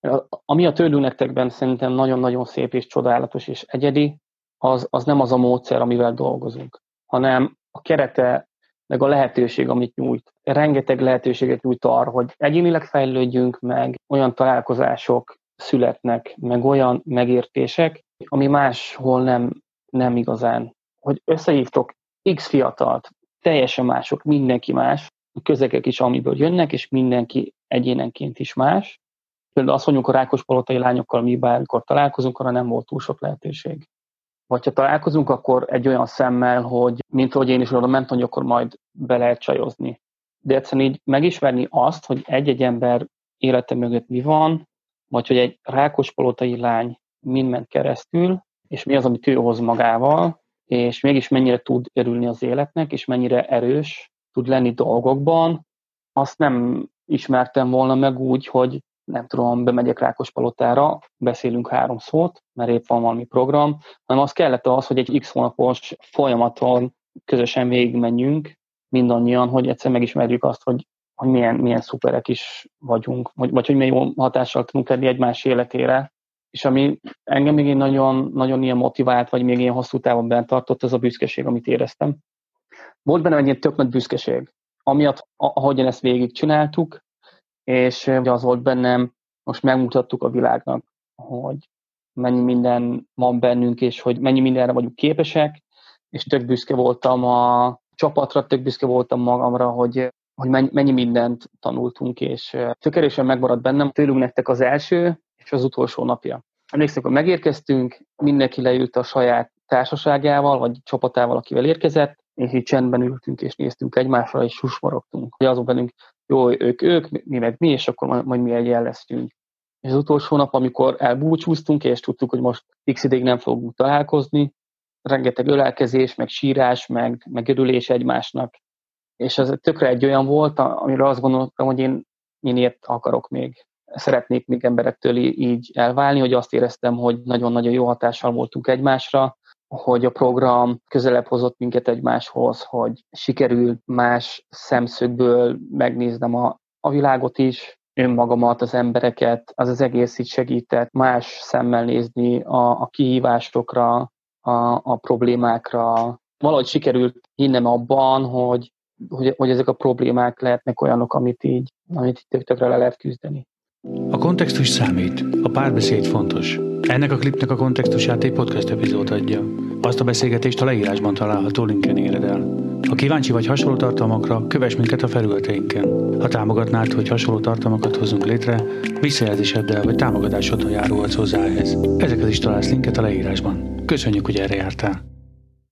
Ami a tőlünk nektekben szerintem nagyon-nagyon szép és csodálatos és egyedi, az nem az a módszer, amivel dolgozunk, hanem a kerete, meg a lehetőség, amit nyújt. Rengeteg lehetőséget nyújt arra, hogy egyénileg fejlődjünk, meg olyan találkozások születnek, meg olyan megértések, ami máshol nem igazán. Hogy összehívtok X fiatalt, teljesen mások, mindenki más, a közegek is, amiből jönnek, és mindenki egyénenként is más. Például azt mondjuk a rákospalotai lányokkal, mi bármikor találkozunk, arra nem volt túl sok lehetőség. Vagy ha találkozunk, akkor egy olyan szemmel, hogy mint ahogy én is oda mentem, hogy akkor majd be lehet csajozni. De egyszerűen így megismerni azt, hogy egy-egy ember élete mögött mi van, vagy hogy egy rákospalotai lány mind ment keresztül, és mi az, amit ő hoz magával, és mégis mennyire tud örülni az életnek, és mennyire erős tud lenni dolgokban, azt nem ismertem volna meg úgy, hogy nem tudom, bemegyek Rákospalotára, beszélünk 3 szót, mert épp van valami program, hanem az kellett az, hogy egy X hónapos folyamaton közösen végigmenjünk mindannyian, hogy egyszer megismerjük azt, hogy milyen szuperek is vagyunk, vagy hogy milyen jó hatással tudunk lenni egymás életére. És ami engem még nagyon, nagyon ilyen motivált, vagy még ilyen hosszú távon bent tartott, az a büszkeség, amit éreztem. Volt bennem egy ilyen tök nagy büszkeség, amiatt, ahogyan ezt végigcsináltuk, és az volt bennem, most megmutattuk a világnak, hogy mennyi minden van bennünk, és hogy mennyi mindenre vagyunk képesek, és tök büszke voltam a csapatra, tök büszke voltam magamra, hogy mennyi mindent tanultunk, és tök erősen megmaradt bennem tőlünk nektek az első és az utolsó napja. Emlékszem, hogy megérkeztünk, mindenki leült a saját társaságával, vagy csapatával, akivel érkezett, és így csendben ültünk, és néztünk egymásra, és susmorogtunk. Hogy azok bennünk, jó, ők, mi meg mi, és akkor majd mi egyen leszünk. És az utolsó nap, amikor elbúcsúztunk, és tudtuk, hogy most x ideig nem fogunk találkozni, rengeteg ölelkezés, meg sírás, meg örülés egymásnak. És ez tökre egy olyan volt, amire azt gondoltam, hogy én ilyet akarok még. Szeretnék még emberektől így elválni, hogy azt éreztem, hogy nagyon-nagyon jó hatással voltunk egymásra, hogy a program közelebb hozott minket egymáshoz, hogy sikerült más szemszögből megnéznem a világot is, önmagamat, az embereket, az egész így segített más szemmel nézni a kihívásokra, a problémákra. Valahogy sikerült hinnem abban, hogy ezek a problémák lehetnek olyanok, amit így tökre le lehet küzdeni. A kontextus számít, a párbeszéd fontos. Ennek a klipnek a kontextusát egy podcast epizód adja. Azt a beszélgetést a leírásban található linken éred el. Ha kíváncsi vagy hasonló tartalmakra, kövess minket a felületeinken. Ha támogatnád, hogy hasonló tartalmakat hozzunk létre, visszajelzéseddel vagy támogatásoddal járulhatsz hozzá ehhez. Ezeket is találsz linket a leírásban. Köszönjük, hogy erre jártál!